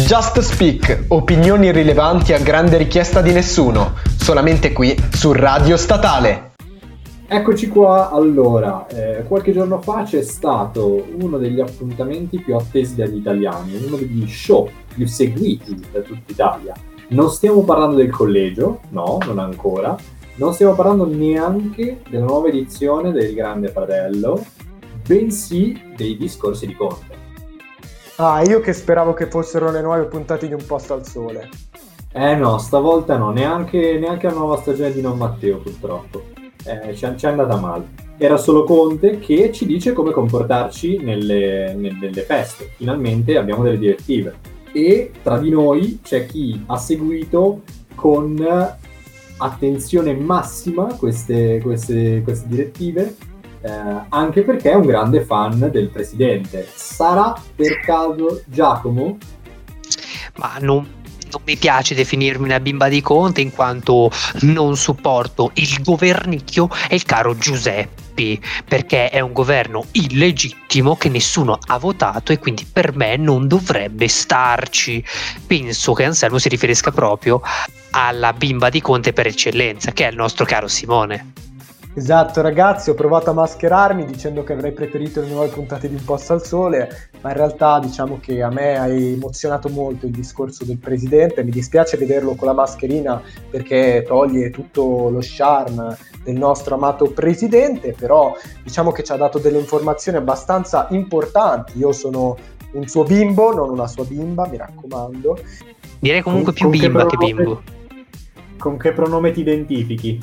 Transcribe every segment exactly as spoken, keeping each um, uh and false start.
Just Speak, opinioni irrilevanti a grande richiesta di nessuno, solamente qui su Radio Statale. Eccoci qua, allora, eh, qualche giorno fa c'è stato uno degli appuntamenti più attesi dagli italiani, uno degli show più seguiti da tutta Italia. Non stiamo parlando del collegio, no, non ancora, non stiamo parlando neanche della nuova edizione del Grande Fratello, bensì dei discorsi di Conte. Ah, io che speravo che fossero le nuove puntate di Un Posto al Sole. Eh no, stavolta no, neanche, neanche la nuova stagione di Non Matteo purtroppo. Eh, ci è andata male. Era solo Conte che ci dice come comportarci nelle, nelle feste. Finalmente abbiamo delle direttive. E tra di noi c'è chi ha seguito con attenzione massima queste, queste, queste direttive. Eh, anche perché è un grande fan del presidente. Sarà per caso Giacomo? Ma non, non mi piace definirmi una bimba di Conte, in quanto non supporto il governicchio e il caro Giuseppe, perché è un governo illegittimo che nessuno ha votato e quindi per me non dovrebbe starci. Penso che Anselmo si riferisca proprio alla bimba di Conte per eccellenza, che è il nostro caro Simone. Esatto, ragazzi, ho provato a mascherarmi dicendo che avrei preferito le nuove puntate di Un Posto al Sole, ma in realtà diciamo che a me ha emozionato molto il discorso del presidente. Mi dispiace vederlo con la mascherina perché toglie tutto lo charme del nostro amato presidente, però diciamo che ci ha dato delle informazioni abbastanza importanti. Io sono un suo bimbo, non una sua bimba, mi raccomando. Direi comunque Con, più con bimba che che bimbo. Con che pronome ti identifichi?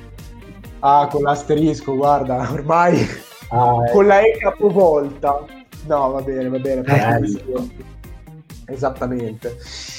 Ah, con l'asterisco, guarda, ormai Ah, eh. con la E capovolta. No, va bene, va bene. Eh, Esattamente.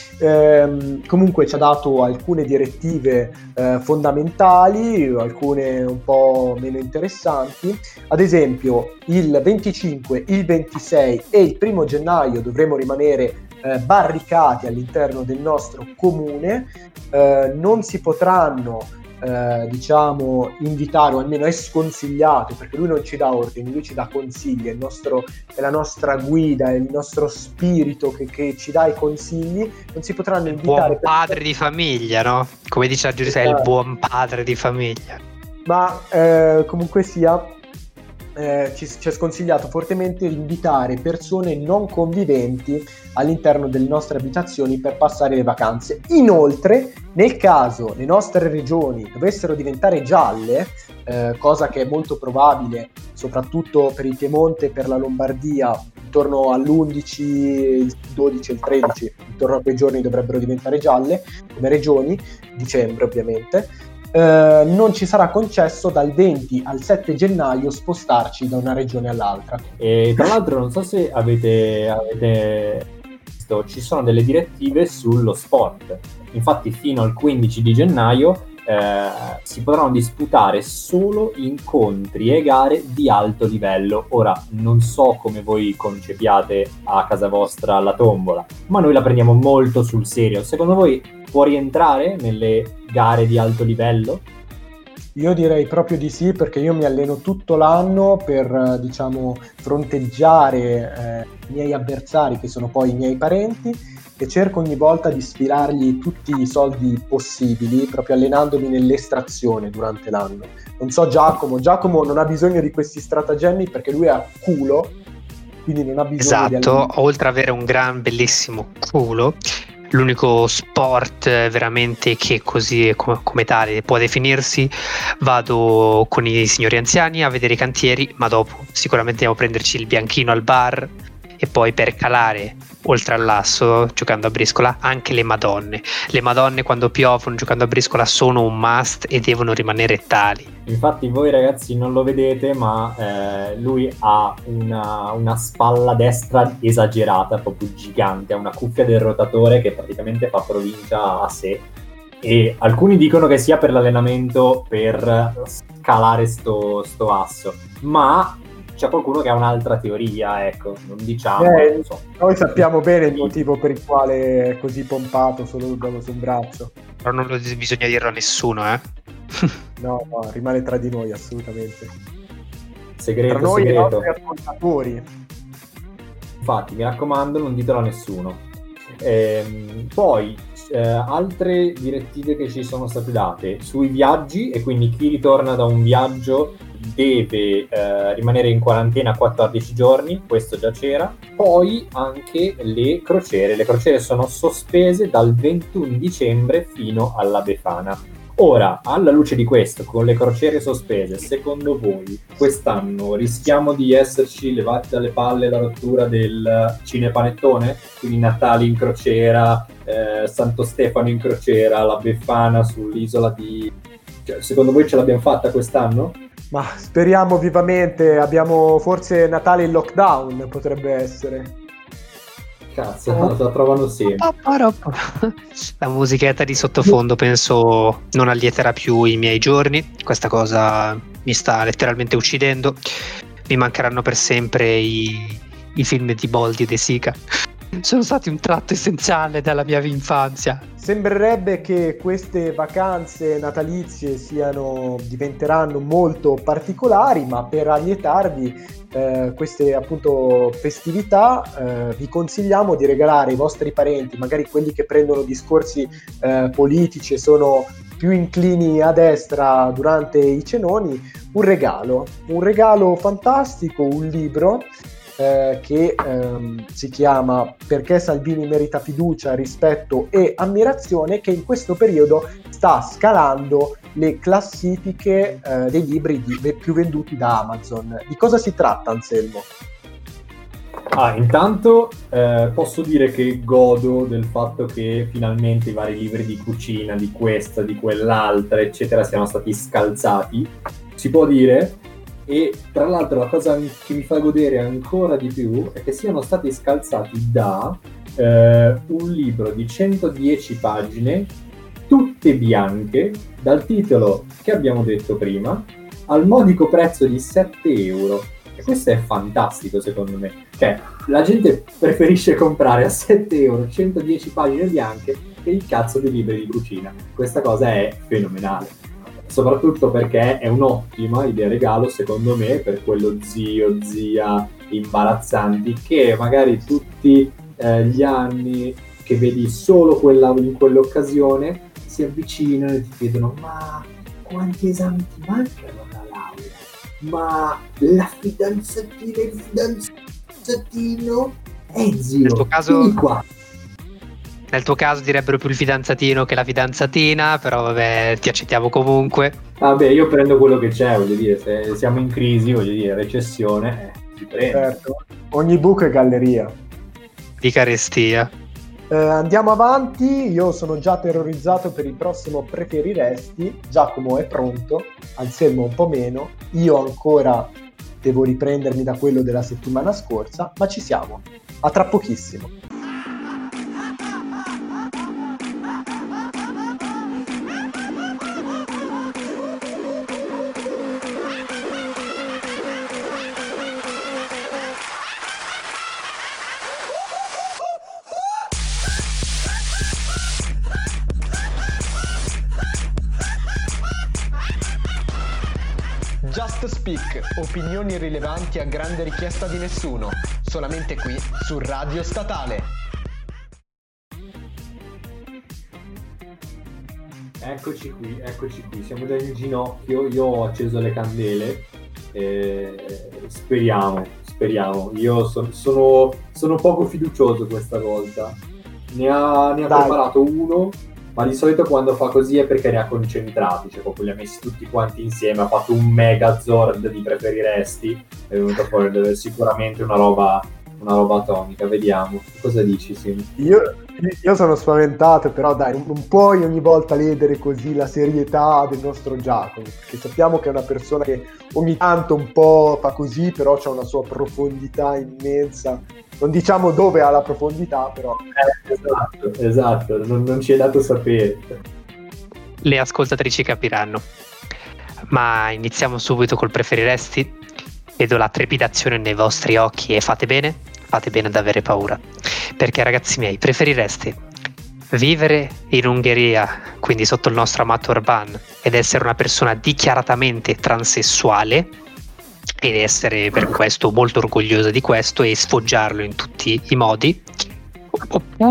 Ehm, comunque ci ha dato alcune direttive eh, fondamentali, alcune un po' meno interessanti. Ad esempio, il venticinque, il ventisei e il primo gennaio dovremo rimanere eh, barricati all'interno del nostro comune. Eh, non si potranno Eh, diciamo invitare, o almeno è sconsigliato, perché lui non ci dà ordini, lui ci dà consigli, è, il nostro, è la nostra guida, è il nostro spirito che, che ci dà i consigli. Non si potranno invitare Buon padre di famiglia, no? Come dice la giuria, è il buon padre di famiglia. Ma eh, comunque sia, eh, ci, ci è sconsigliato fortemente di invitare persone non conviventi all'interno delle nostre abitazioni per passare le vacanze. Inoltre, nel caso le nostre regioni dovessero diventare gialle, eh, cosa che è molto probabile soprattutto per il Piemonte e per la Lombardia, intorno all'undici, il dodici e il tredici, intorno a quei giorni dovrebbero diventare gialle come regioni, dicembre ovviamente. Uh, non ci sarà concesso dal venti al sette gennaio spostarci da una regione all'altra. E tra l'altro non so se avete, avete visto, ci sono delle direttive sullo sport. Infatti fino al quindici di gennaio eh, si potranno disputare solo incontri e gare di alto livello. Ora non so come voi concepiate a casa vostra la tombola, ma noi la prendiamo molto sul serio. Secondo voi può rientrare nelle gare di alto livello? Io direi proprio di sì, perché io mi alleno tutto l'anno per, diciamo, fronteggiare eh, i miei avversari, che sono poi i miei parenti, e cerco ogni volta di sfilargli tutti i soldi possibili, proprio allenandomi nell'estrazione durante l'anno. Non so Giacomo, Giacomo non ha bisogno di questi stratagemmi perché lui ha culo, quindi non ha bisogno esatto, di allenamento. Oltre ad avere un gran bellissimo culo, l'unico sport veramente che così come, come tale può definirsi, vado con i signori anziani a vedere i cantieri, ma dopo sicuramente andiamo a prenderci il bianchino al bar e poi per calare, oltre all'asso, giocando a briscola, anche le madonne. Le madonne quando piovono giocando a briscola sono un must e devono rimanere tali. Infatti voi ragazzi non lo vedete, ma eh, lui ha una, una spalla destra esagerata, proprio gigante, ha una cuffia del rotatore che praticamente fa provincia a sé, e alcuni dicono che sia per l'allenamento per scalare sto, sto asso, ma c'è qualcuno che ha un'altra teoria, ecco, non diciamo. Eh, non so. Noi sappiamo bene il motivo per il quale è così pompato solo dallo su un braccio. Però non lo bisogna dirlo a nessuno, eh? No, no, rimane tra di noi assolutamente. Segreto, Tra noi e i segreto. nostri ascoltatori. Infatti, mi raccomando, non ditelo a nessuno. Ehm, poi eh, altre direttive che ci sono state date sui viaggi, e quindi chi ritorna da un viaggio deve eh, rimanere in quarantena quattordici giorni, questo già c'era. Poi anche le crociere, le crociere sono sospese dal ventuno dicembre fino alla Befana. Ora, alla luce di questo, con le crociere sospese, secondo voi quest'anno rischiamo di esserci levati dalle palle la rottura del cinepanettone? Quindi Natale in crociera, eh, Santo Stefano in crociera, la Befana sull'isola di... Cioè, secondo voi ce l'abbiamo fatta quest'anno? Ma speriamo vivamente, abbiamo forse Natale in lockdown, potrebbe essere. Cazzo, oh. La trovano sempre. La musichetta di sottofondo penso non allieterà più i miei giorni, questa cosa mi sta letteralmente uccidendo. Mi mancheranno per sempre i, i film di Boldi e De Sica. Sono stati un tratto essenziale della mia infanzia. Sembrerebbe che queste vacanze natalizie siano diventeranno molto particolari, ma per allietarvi eh, queste appunto festività eh, vi consigliamo di regalare ai vostri parenti, magari quelli che prendono discorsi eh, politici e sono più inclini a destra durante i cenoni, un regalo, un regalo fantastico, un libro Eh, che ehm, si chiama Perché Salvini merita fiducia, rispetto e ammirazione, che in questo periodo sta scalando le classifiche eh, dei libri di, più venduti da Amazon. Di cosa si tratta, Anselmo? Ah, intanto eh, posso dire che godo del fatto che finalmente i vari libri di cucina, di questa, di quell'altra, eccetera, siano stati scalzati. Si può dire? E tra l'altro la cosa che mi fa godere ancora di più è che siano stati scalzati da eh, un libro di centodieci pagine, tutte bianche, dal titolo che abbiamo detto prima, al modico prezzo di sette euro. E questo è fantastico secondo me. Cioè, la gente preferisce comprare a sette euro centodieci pagine bianche che il cazzo di libri di cucina. Questa cosa è fenomenale. Soprattutto perché è un'ottima idea regalo, secondo me, per quello zio, zia imbarazzanti che magari tutti eh, gli anni che vedi solo quella, in quell'occasione si avvicinano e ti chiedono: ma quanti esami ti mancano alla laurea? Ma la fidanzatina, il fidanzatino? Eh zio, nel tuo caso... vieni qua. Nel tuo caso direbbero più il fidanzatino che la fidanzatina, però vabbè, ti accettiamo comunque. Vabbè, io prendo quello che c'è, voglio dire, se siamo in crisi, voglio dire, recessione, eh, si prende. Certo, ogni buco è galleria. Di carestia. Eh, andiamo avanti, io sono già terrorizzato per il prossimo Preferiresti, Giacomo è pronto, Anselmo un po' meno, io ancora devo riprendermi da quello della settimana scorsa, ma ci siamo, a tra pochissimo. Just Speak, opinioni rilevanti a grande richiesta di nessuno, solamente qui su Radio Statale. Eccoci qui, eccoci qui, siamo già in ginocchio, io ho acceso le candele, e speriamo, speriamo, io son, sono, sono poco fiducioso questa volta, ne ha, ne ha preparato uno, ma di solito quando fa così è perché ne ha concentrati, cioè proprio li ha messi tutti quanti insieme, ha fatto un megazord di Preferiresti, è venuto fuori sicuramente una roba, una roba atomica, vediamo, cosa dici Sim? Io, io sono spaventato, però dai, non puoi ogni volta ledere così la serietà del nostro Giacomo, perché sappiamo che è una persona che ogni tanto un po' fa così, però c'ha una sua profondità immensa. Non diciamo dove ha la profondità, però. Eh, esatto, esatto, non, non ci è dato sapere. Le ascoltatrici capiranno. Ma iniziamo subito col Preferiresti. Vedo la trepidazione nei vostri occhi e fate bene, fate bene ad avere paura. Perché ragazzi miei, preferireste vivere in Ungheria, quindi sotto il nostro amato Orbán, ed essere una persona dichiaratamente transessuale, ed essere per questo molto orgogliosa di questo e sfoggiarlo in tutti i modi, oppure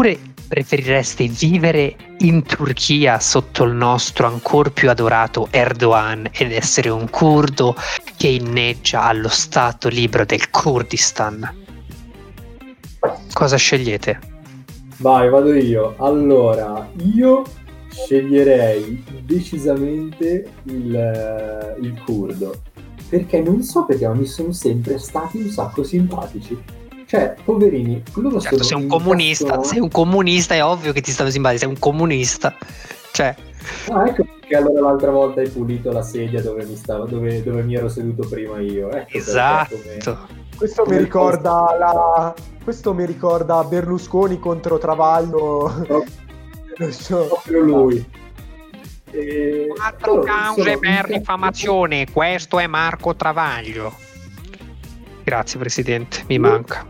preferireste vivere in Turchia sotto il nostro ancor più adorato Erdogan ed essere un curdo che inneggia allo Stato libero del Kurdistan? Cosa scegliete? Vai, vado io. Allora, io sceglierei decisamente il, il curdo, perché non so perché, ma mi sono sempre stati un sacco simpatici. Cioè, poverini, loro certo, sono sei un comunista, incastronati. sei un comunista, è ovvio che ti stanno simpatici, sei un comunista. Cioè, Ah, ecco perché allora l'altra volta hai pulito la sedia dove mi stavo, dove, dove mi ero seduto prima io. Ecco esatto. come... Questo come mi ricorda la... Questo mi ricorda Berlusconi contro Travaglio. Proprio lui. E... Quattro cause per diffamazione, questo è Marco Travaglio. Grazie Presidente, mi manca.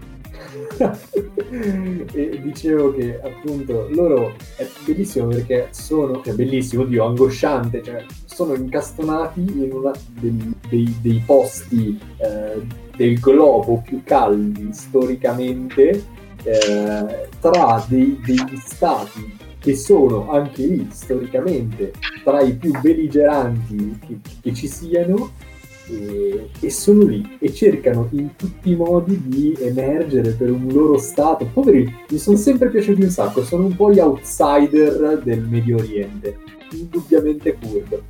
E dicevo che appunto loro è bellissimo perché sono, è bellissimo, oddio, angosciante, cioè sono incastonati in una dei, dei, dei posti eh, del globo più caldi storicamente, eh, tra dei, degli stati che sono anche lì storicamente tra i più belligeranti che, che ci siano. E, e sono lì e cercano in tutti i modi di emergere per un loro stato. Poveri, mi sono sempre piaciuti un sacco, sono un po' gli outsider del Medio Oriente, indubbiamente curdo.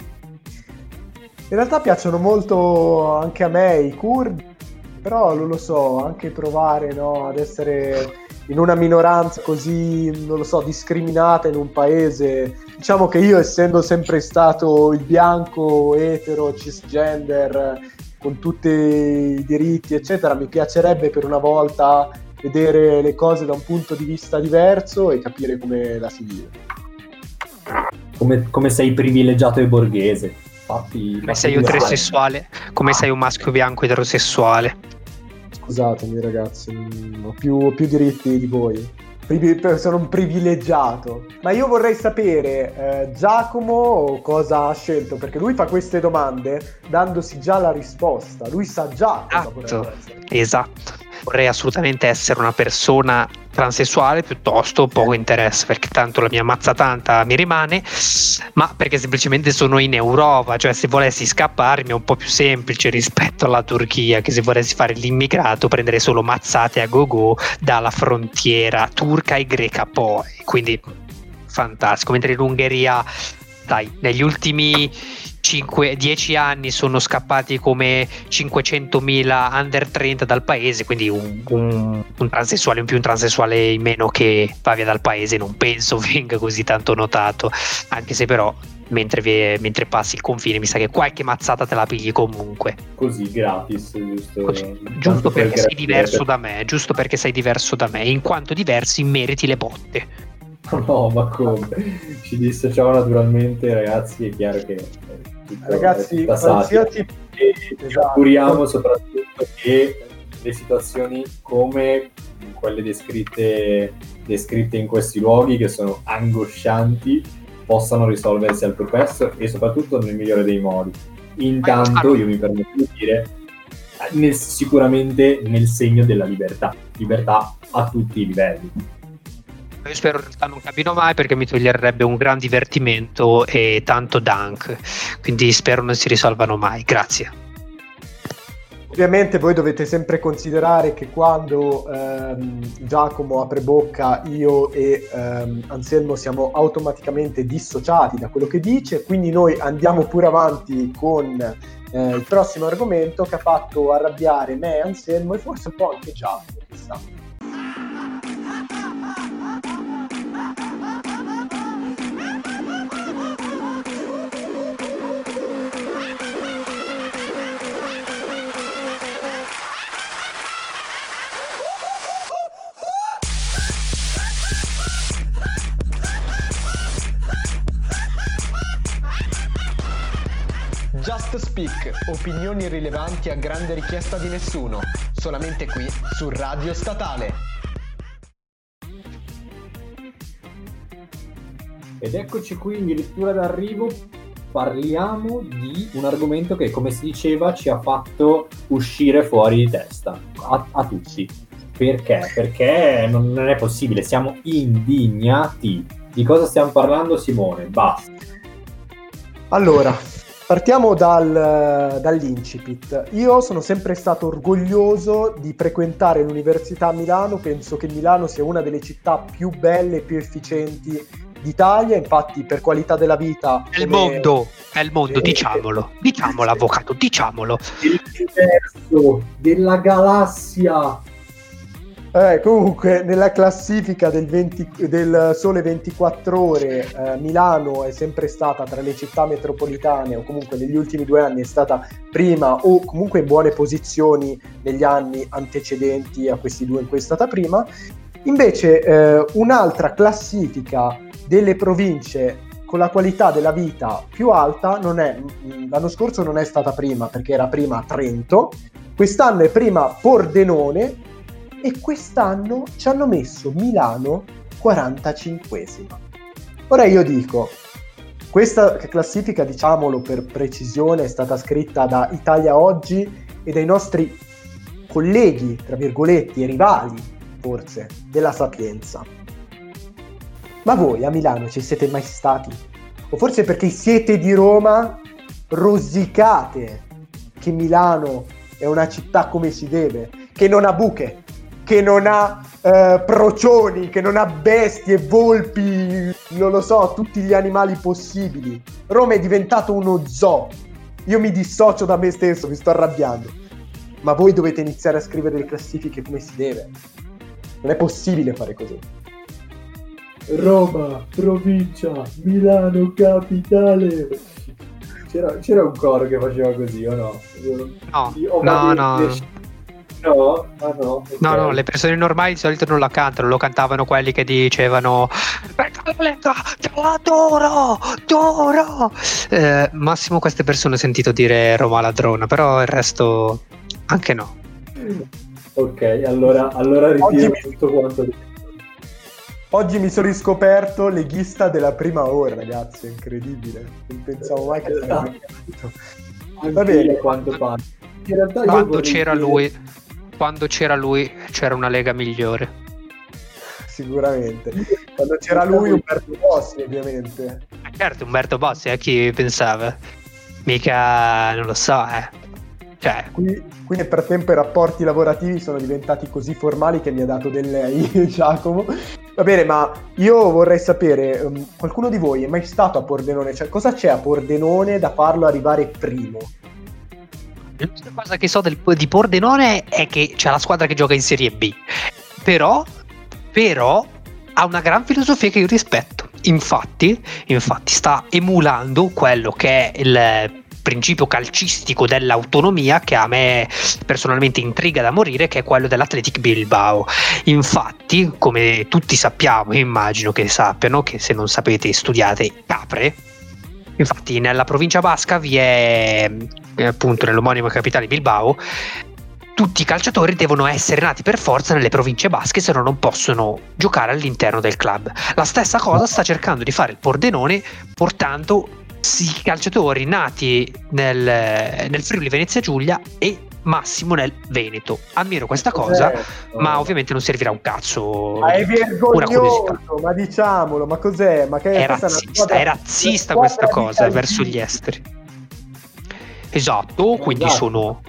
In realtà piacciono molto anche a me i curdi, però non lo so, anche provare, no, ad essere in una minoranza così, non lo so, discriminata in un paese. Diciamo che io, essendo sempre stato il bianco, etero, cisgender, con tutti i diritti, eccetera, mi piacerebbe per una volta vedere le cose da un punto di vista diverso e capire come la si vive. Come, come sei privilegiato e borghese. Fatti, come sei eterosessuale, come sei un maschio bianco eterosessuale. Scusatemi ragazzi, ho più, ho più diritti di voi. Sono un privilegiato. Ma io vorrei sapere eh, Giacomo cosa ha scelto, perché lui fa queste domande dandosi già la risposta. Lui sa già cosa vorrebbe essere. Esatto. Vorrei assolutamente essere una persona transessuale, piuttosto poco interessa, perché tanto la mia mazza tanta mi rimane, ma perché semplicemente sono in Europa, cioè se volessi scapparmi è un po' più semplice rispetto alla Turchia, che se volessi fare l'immigrato prendere solo mazzate a go-go dalla frontiera turca e greca poi, quindi fantastico. Mentre in Ungheria, dai, negli ultimi cinque dieci anni sono scappati come cinquecentomila under trenta dal paese, quindi un, un, un transessuale in più, un transessuale in meno che va via dal paese non penso venga così tanto notato, anche se però mentre, vi, mentre passi il confine mi sa che qualche mazzata te la pigli comunque così gratis, giusto, così, giusto perché sei diverso da me, giusto perché sei diverso da me, in quanto diversi meriti le botte. No, ma come? Ci dissociamo naturalmente, ragazzi, è chiaro che tutto, ragazzi, qualsiasi... e ci auguriamo soprattutto che le situazioni come quelle descritte, descritte in questi luoghi, che sono angoscianti, possano risolversi al più presto e soprattutto nel migliore dei modi. Intanto io mi permetto di dire nel, sicuramente nel segno della libertà, libertà a tutti i livelli. Io spero in realtà non capino mai, perché mi toglierebbe un gran divertimento e tanto dunk, quindi spero non si risolvano mai. Grazie. Ovviamente voi dovete sempre considerare che quando ehm, Giacomo apre bocca, io e ehm, Anselmo siamo automaticamente dissociati da quello che dice, quindi noi andiamo pure avanti con eh, il prossimo argomento che ha fatto arrabbiare me e Anselmo e forse un po' anche Giacomo, chissà. Just Speak, opinioni irrilevanti a grande richiesta di nessuno, solamente qui su Radio Statale. Ed eccoci qui in dirittura d'arrivo, parliamo di un argomento che, come si diceva, ci ha fatto uscire fuori di testa, a, a tutti. Perché? Perché non, non è possibile, siamo indignati. Di cosa stiamo parlando, Simone? Basta. Allora, partiamo dal, dall'incipit. Io sono sempre stato orgoglioso di frequentare l'università a Milano, penso che Milano sia una delle città più belle e più efficienti d'Italia, infatti per qualità della vita... È il mondo, è il mondo, diciamolo, diciamolo avvocato, diciamolo. Dell'universo, della galassia. Eh, comunque nella classifica del, venti, del Sole ventiquattro Ore eh, Milano è sempre stata tra le città metropolitane, o comunque negli ultimi due anni è stata prima o comunque in buone posizioni negli anni antecedenti a questi due in cui è stata prima. Invece eh, un'altra classifica delle province con la qualità della vita più alta non è, l'anno scorso non è stata prima, perché era prima Trento, quest'anno è prima Pordenone e quest'anno ci hanno messo Milano quarantacinquesima. Ora io dico, questa classifica, diciamolo per precisione, è stata scritta da Italia Oggi e dai nostri colleghi, tra virgolette, e rivali, forse, della Sapienza. Ma voi a Milano ci siete mai stati? O forse perché siete di Roma rosicate che Milano è una città come si deve, che non ha buche, che non ha eh, procioni, che non ha bestie, volpi, non lo so, tutti gli animali possibili. Roma è diventato uno zoo. Io mi dissocio da me stesso, mi sto arrabbiando. Ma voi dovete iniziare a scrivere le classifiche come si deve. Non è possibile fare così. Roma, provincia, Milano, capitale. C'era, c'era un coro che faceva così, o no? No, Io, no, no. no. No, ah no, okay. No, no, le persone normali di solito non la cantano, lo cantavano quelli che dicevano adoro, adoro. Eh, massimo queste persone ho sentito dire Roma ladrona, però il resto anche no. Ok, allora, allora ritiro Oggi tutto quanto. Oggi mi sono riscoperto leghista della prima ora, ragazzi, è incredibile. Non pensavo mai che sarebbe capito. Va bene, quanto pare. In realtà quando c'era dire... lui, quando c'era lui, c'era una lega migliore. Sicuramente. Quando c'era lui, Umberto Bossi, ovviamente. Certo, Umberto Bossi, a chi pensava? Mica, non lo so, eh. Cioè. Qui, qui nel frattempo i rapporti lavorativi sono diventati così formali che mi ha dato del lei, Giacomo. Va bene, ma io vorrei sapere, um, qualcuno di voi è mai stato a Pordenone? Cioè, cosa c'è a Pordenone da farlo arrivare primo? L'unica cosa che so del, di Pordenone è che c'è la squadra che gioca in Serie B, però, però ha una gran filosofia che io rispetto. Infatti, infatti sta emulando quello che è il principio calcistico dell'autonomia che a me personalmente intriga da morire, che è quello dell'Athletic Bilbao. Infatti, come tutti sappiamo, immagino che sappiano, che se non sapete studiate capre, infatti nella provincia basca vi è, appunto nell'omonima capitale Bilbao, tutti i calciatori devono essere nati per forza nelle province basche, se no non possono giocare all'interno del club. La stessa cosa sta cercando di fare il Pordenone, portando i calciatori nati nel, nel Friuli Venezia Giulia e massimo nel Veneto. Ammiro questa cosa, certo, ma ovviamente non servirà un cazzo. Ma è vergognoso, ma diciamolo, ma cos'è? Ma che è razzista, è razzista questa cosa verso gli esteri. Esatto, quindi esatto. sono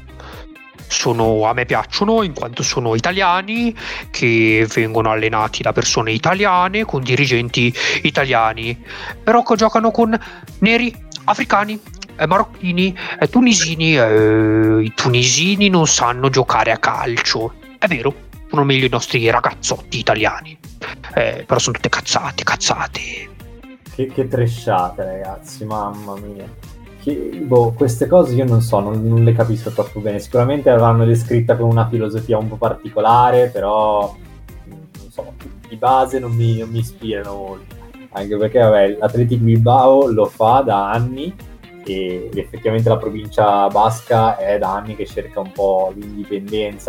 sono a me piacciono in quanto sono italiani che vengono allenati da persone italiane con dirigenti italiani, però che giocano con neri, africani, eh, marocchini, eh, tunisini. Eh, i tunisini non sanno giocare a calcio, è vero, sono meglio i nostri ragazzotti italiani, eh, però sono tutte cazzate, cazzate. Che, che tresciate, ragazzi, mamma mia. Boh, queste cose io non so, non, non le capisco troppo bene. Sicuramente l'avranno descritta con una filosofia un po' particolare, però non so, di base non mi, non mi ispirano molto. Anche perché vabbè, l'Athletic Bilbao lo fa da anni e effettivamente la provincia basca è da anni che cerca un po' l'indipendenza,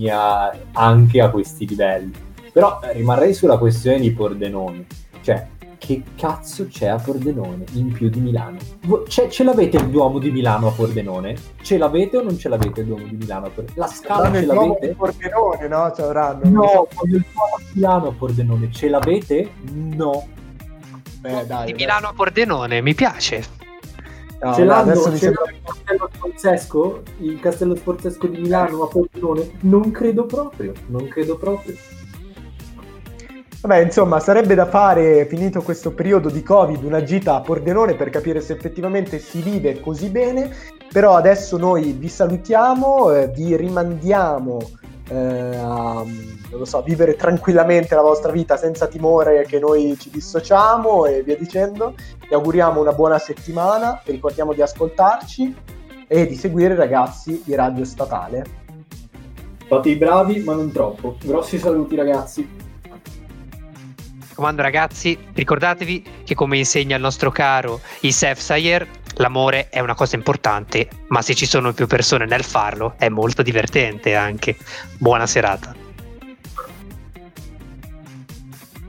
l'autonomia anche a questi livelli. Però eh, rimarrei sulla questione di Pordenone. Cioè, che cazzo c'è a Pordenone in più di Milano? C'è, ce l'avete il Duomo di Milano a Pordenone? Ce l'avete o non ce l'avete il Duomo di Milano a Pordenone? La Scala ce l'avete? Il Pordenone, no? Ce l'avranno. No, voglio il Duomo di Milano a Pordenone. Ce l'avete? No. Beh, dai, di dai. Milano a Pordenone, mi piace. No, ce dai, l'hanno, adesso ce mi sembra... l'hanno il Castello Sforzesco? Il Castello Sforzesco di Milano a Pordenone? Non credo proprio, non credo proprio. Vabbè, insomma, sarebbe da fare, finito questo periodo di Covid, una gita a Pordenone per capire se effettivamente si vive così bene, però adesso noi vi salutiamo, eh, vi rimandiamo eh, a non lo so, vivere tranquillamente la vostra vita senza timore che noi ci dissociamo e via dicendo. Vi auguriamo una buona settimana, vi ricordiamo di ascoltarci e di seguire i ragazzi di Radio Statale. Fate i bravi, ma non troppo. Grossi saluti, ragazzi. Comando ragazzi, ricordatevi che come insegna il nostro caro Isef Sayer, l'amore è una cosa importante, ma se ci sono più persone nel farlo è molto divertente anche. Buona serata.